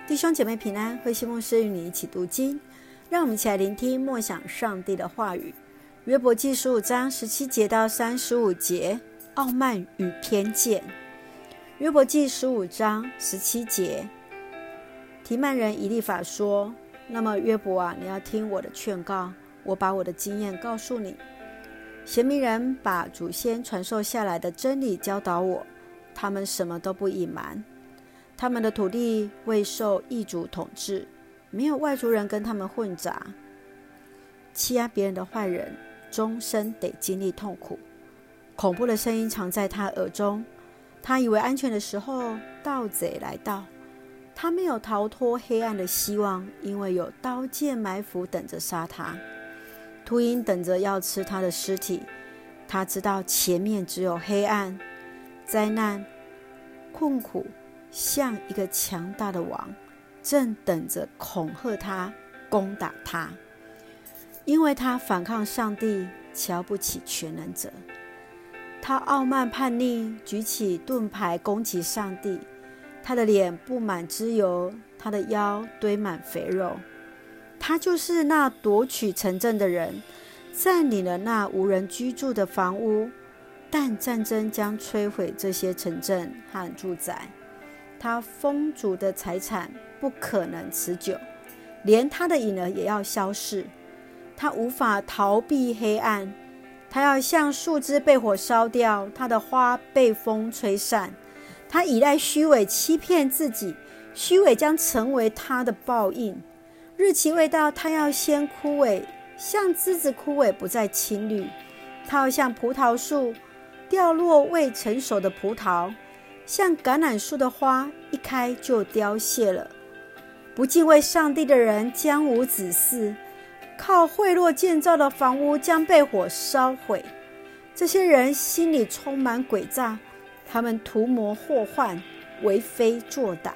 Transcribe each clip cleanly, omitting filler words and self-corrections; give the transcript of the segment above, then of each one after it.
弟兄姐妹平安，慧馨牧师与你一起读经，让我们一起来聆听默想上帝的话语。约伯记15章17节到35节，傲慢与偏见。约伯记15章17节，提曼人以利法说：那么约伯啊，你要听我的劝告，我把我的经验告诉你。贤明人把祖先传授下来的真理教导我，他们什么都不隐瞒。他们的土地未受异族统治，没有外族人跟他们混杂。欺压别人的坏人，终身得经历痛苦。恐怖的声音常在他耳中，他以为安全的时候，盗贼来到。他没有逃脱黑暗的希望，因为有刀剑埋伏等着杀他，秃鹰等着要吃他的尸体。他知道前面只有黑暗、灾难、困苦，像一个强大的王，正等着恐吓他、攻打他。因为他反抗上帝，瞧不起全能者。他傲慢叛逆，举起盾牌攻击上帝。他的脸布满脂油，他的腰堆满肥肉。他就是那夺取城镇的人，占领了那无人居住的房屋，但战争将摧毁这些城镇和住宅。他丰足的财产不可能持久，连他的影儿也要消逝。他无法逃避黑暗，他要像树枝被火烧掉，他的花被风吹散。他依赖虚伪欺骗自己，虚伪将成为他的报应。日期未到，他要先枯萎，像枝子枯萎不再青绿。他要像葡萄树掉落未成熟的葡萄，像橄榄树的花一开就凋谢了。不敬畏上帝的人将无子嗣，靠贿赂建造的房屋将被火烧毁。这些人心里充满诡诈，他们图谋祸患，为非作歹。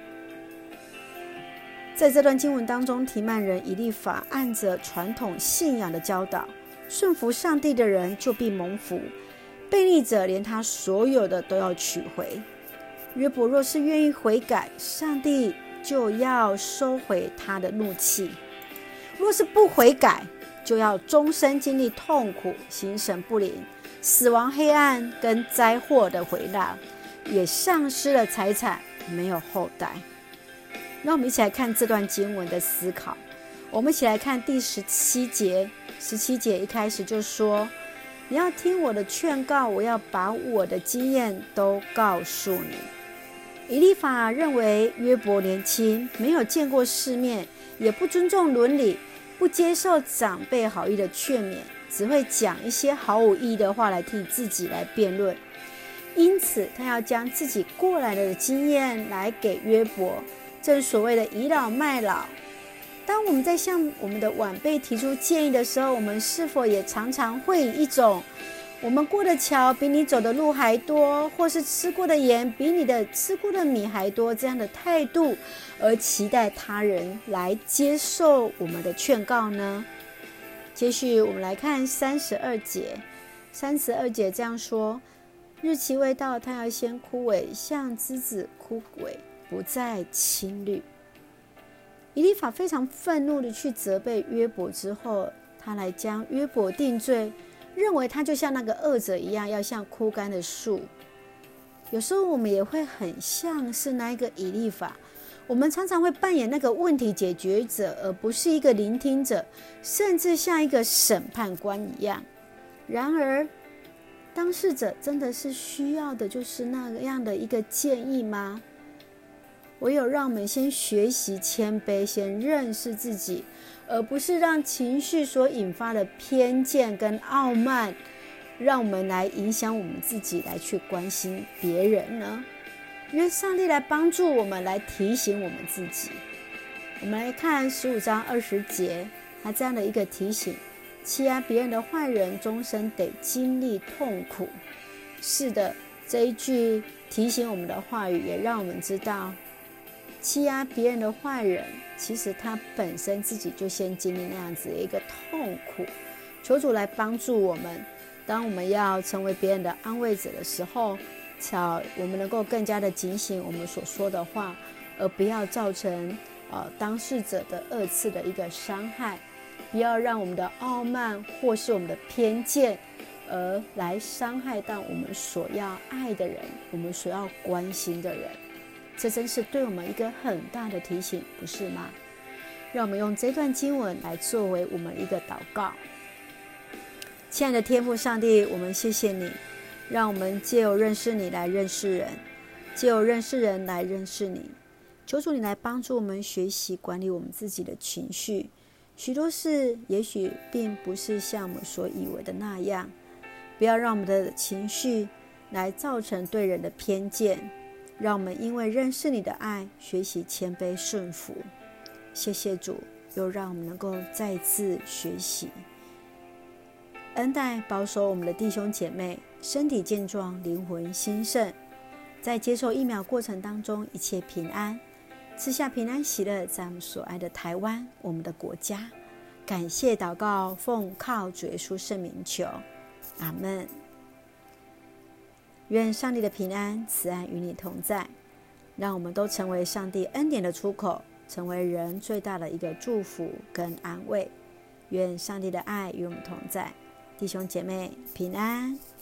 在这段经文当中，提曼人以利法按着传统信仰的教导，顺服上帝的人就必蒙福，悖逆者连他所有的都要取回。约伯若是愿意悔改，上帝就要收回他的怒气；若是不悔改，就要终身经历痛苦，心神不宁，死亡黑暗跟灾祸的回答，也丧失了财产，没有后代。让我们一起来看这段经文的思考。我们一起来看第17节。17节一开始就说：你要听我的劝告，我要把我的经验都告诉你。以利法认为约伯年轻，没有见过世面，也不尊重伦理，不接受长辈好意的劝勉，只会讲一些毫无意义的话来替自己来辩论。因此他要将自己过来的经验来给约伯，正所谓的倚老卖老。当我们在向我们的晚辈提出建议的时候，我们是否也常常会以一种我们过的桥比你走的路还多，或是吃过的盐比你的吃过的米还多，这样的态度而期待他人来接受我们的劝告呢？接续我们来看32节。32节这样说：日期未到，他要先枯萎，像枝子枯萎不再青绿。以利法非常愤怒的去责备约伯之后，他来将约伯定罪，认为他就像那个恶者一样，要像枯干的树。有时候我们也会很像是那一个以利法，我们常常会扮演那个问题解决者，而不是一个聆听者，甚至像一个审判官一样。然而当事者真的是需要的就是那样的一个建议吗？唯有让我们先学习谦卑，先认识自己，而不是让情绪所引发的偏见跟傲慢，让我们来影响我们自己，来去关心别人呢？愿上帝来帮助我们，来提醒我们自己。我们来看15章20节，他这样的一个提醒：欺压别人的坏人，终身得经历痛苦。是的，这一句提醒我们的话语，也让我们知道，欺压别人的坏人，其实他本身自己就先经历那样子的一个痛苦。求主来帮助我们，当我们要成为别人的安慰者的时候，我们能够更加的警醒我们所说的话， 而不要造成当事者的二次的一个伤害，不要让我们的傲慢或是我们的偏见而来伤害到我们所要爱的人，我们所要关心的人。这真是对我们一个很大的提醒，不是吗？让我们用这段经文来作为我们一个祷告。亲爱的天父上帝，我们谢谢你，让我们藉由认识你来认识人，藉由认识人来认识你。求主你来帮助我们学习管理我们自己的情绪，许多事也许并不是像我们所以为的那样，不要让我们的情绪来造成对人的偏见，让我们因为认识你的爱，学习谦卑顺服。谢谢主，又让我们能够再次学习恩待保守我们的弟兄姐妹身体健壮，灵魂兴盛，在接受疫苗过程当中一切平安，赐下平安喜乐，在我们所爱的台湾，我们的国家。感谢祷告，奉靠主耶稣圣名求，阿们。愿上帝的平安慈爱与你同在，让我们都成为上帝恩典的出口，成为人最大的一个祝福跟安慰。愿上帝的爱与我们同在，弟兄姐妹平安。